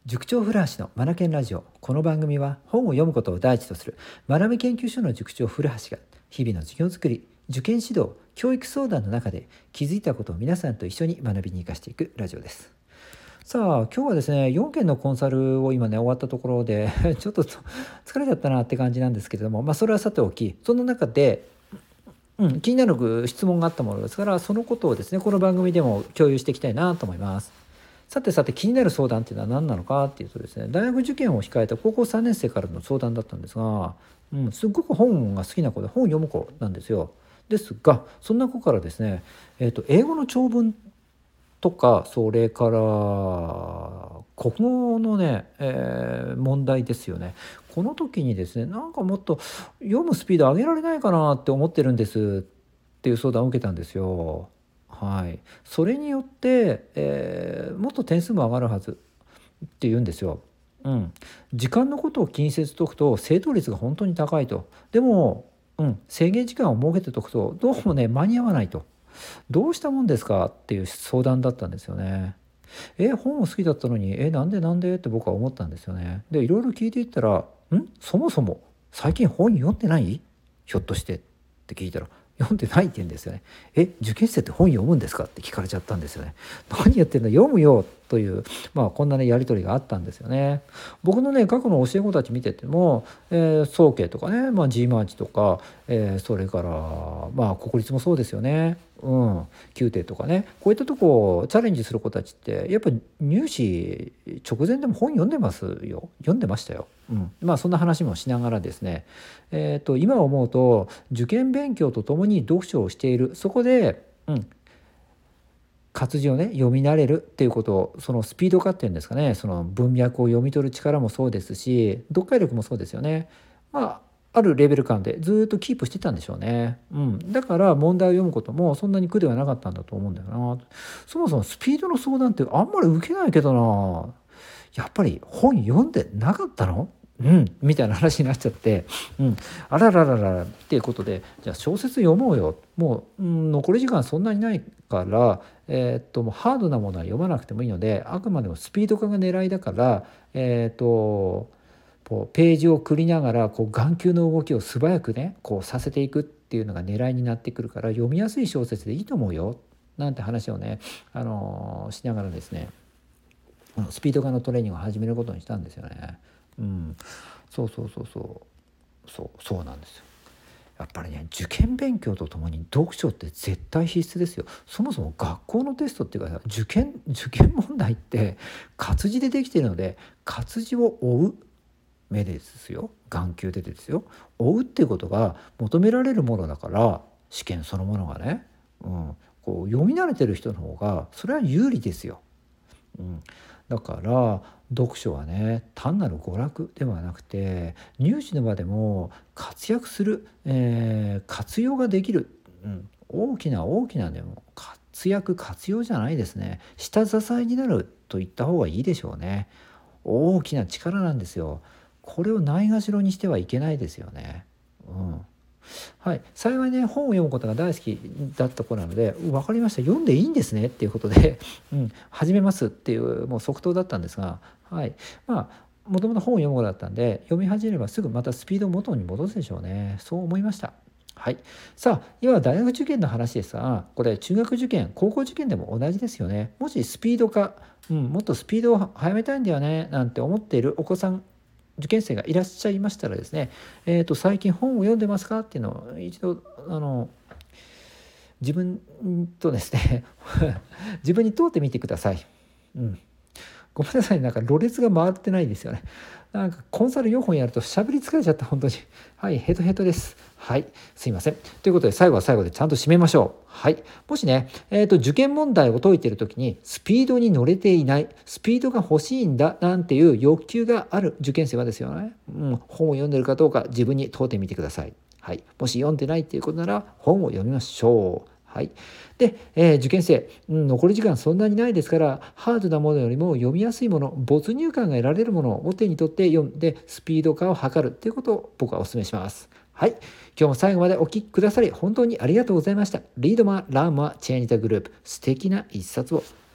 塾長古橋のマナケンラジオ。この番組は本を読むことを第一とする学び研究所の塾長古橋が日々の授業づくり、受験指導、教育相談の中で気づいたことを皆さんと一緒に学びに生かしていくラジオです。さあ今日はですね、4件のコンサルを今ね終わったところでちょっと疲れちゃったなって感じなんですけれども、それはさておき、その中で気になる質問があったものですから、そのことをですねこの番組でも共有していきたいなと思います。さて気になる相談っていうのは何なのかっていうとですね、大学受験を控えた高校3年生からの相談だったんですが、すっごく本が好きな子で本を読む子なんですよ。ですがそんな子からですね、英語の長文とか、それから国語のね、問題ですよね。この時にですね、なんかもっと読むスピード上げられないかなって思ってるんですっていう相談を受けたんですよ。はい、それによって、もっと点数も上がるはずって言うんですよ。時間のことを気にせず解くと正答率が本当に高いと。でも、制限時間を設けて解くとどうもね間に合わないと。どうしたもんですかっていう相談だったんですよね。本を好きだったのになんでって僕は思ったんですよね。でいろいろ聞いていったら、そもそも最近本読んでない？ひょっとしてって聞いたら、読んでないって言うんですよね。受験生って本読むんですかって聞かれちゃったんですよね。何やってんだ、読むよという、こんなねやり取りがあったんですよね。僕のね過去の教え子たち見てても、早慶とかね、G マーチとか、それから国立もそうですよね。宮廷とかね、こういったとこチャレンジする子たちってやっぱり入試直前でも本読んでますよ。読んでましたよ。そんな話もしながらですね、今思うと受験勉強とともに読書をしている、そこで、活字をね読み慣れるっていうことを、そのスピード化っていうんですかね、その文脈を読み取る力もそうですし、読解力もそうですよね。あるレベル感でずっとキープしてたんでしょうね。だから問題を読むこともそんなに苦ではなかったんだと思うんだよな。そもそもスピードの相談ってあんまり受けないけどな、やっぱり本読んでなかったの？みたいな話になっちゃって、あららららっていうことで、じゃあ小説読もうよ。もう、残り時間そんなにないから、もうハードなものは読まなくてもいいので、あくまでもスピード化が狙いだから、こうページを繰りながら眼球の動きを素早くねさせていくっていうのが狙いになってくるから、読みやすい小説でいいと思うよなんて話をね、しながらですね、スピード化のトレーニングを始めることにしたんですよね。そうなんですよ。やっぱりね、受験勉強とともに読書って絶対必須ですよ。そもそも学校のテストっていうか、受験問題って活字でできているので、活字を追う目ですよ、眼球でですよ、追うっていうことが求められるものだから、試験そのものがね、読み慣れてる人の方がそれは有利ですよ。だから読書はね、単なる娯楽ではなくて入試の場でも活躍する、活用ができる、大きなね活用じゃないですね、下支えになると言った方がいいでしょうね。大きな力なんですよ。これをないがしろにしてはいけないですよね。はい、幸いね本を読むことが大好きだった子なので、分かりました、読んでいいんですねっていうことで、始めますっていうもう即答だったんですが、もともと本を読む子だったんで、読み始めればすぐまたスピードを元に戻すでしょうね。そう思いました。はい、さあ今は大学受験の話ですが、これ中学受験高校受験でも同じですよね。もしスピード化、もっとスピードを速めたいんだよねなんて思っているお子さん、受験生がいらっしゃいましたらですね、最近本を読んでますかっていうのを一度自分とですね自分に問うてみてください。ごめんなさい、なんかろれつが回ってないですよね。なんかコンサル4本やると喋り疲れちゃった、本当に。はい、ヘトヘトです。はい、すいません。ということで最後は最後でちゃんと締めましょう。はい、もしね、受験問題を解いている時にスピードに乗れていない、スピードが欲しいんだなんていう欲求がある受験生はですよね、本を読んでるかどうか自分に問うてみてください。はい、もし読んでないっていうことなら本を読みましょう。はい、で、受験生、残り時間そんなにないですから、ハードなものよりも読みやすいもの、没入感が得られるものを手に取って読んでスピード化を図るということを僕はお勧めします。はい、今日も最後までお聞きくださり本当にありがとうございました。Read more, learn more, change the group。素敵な一冊を。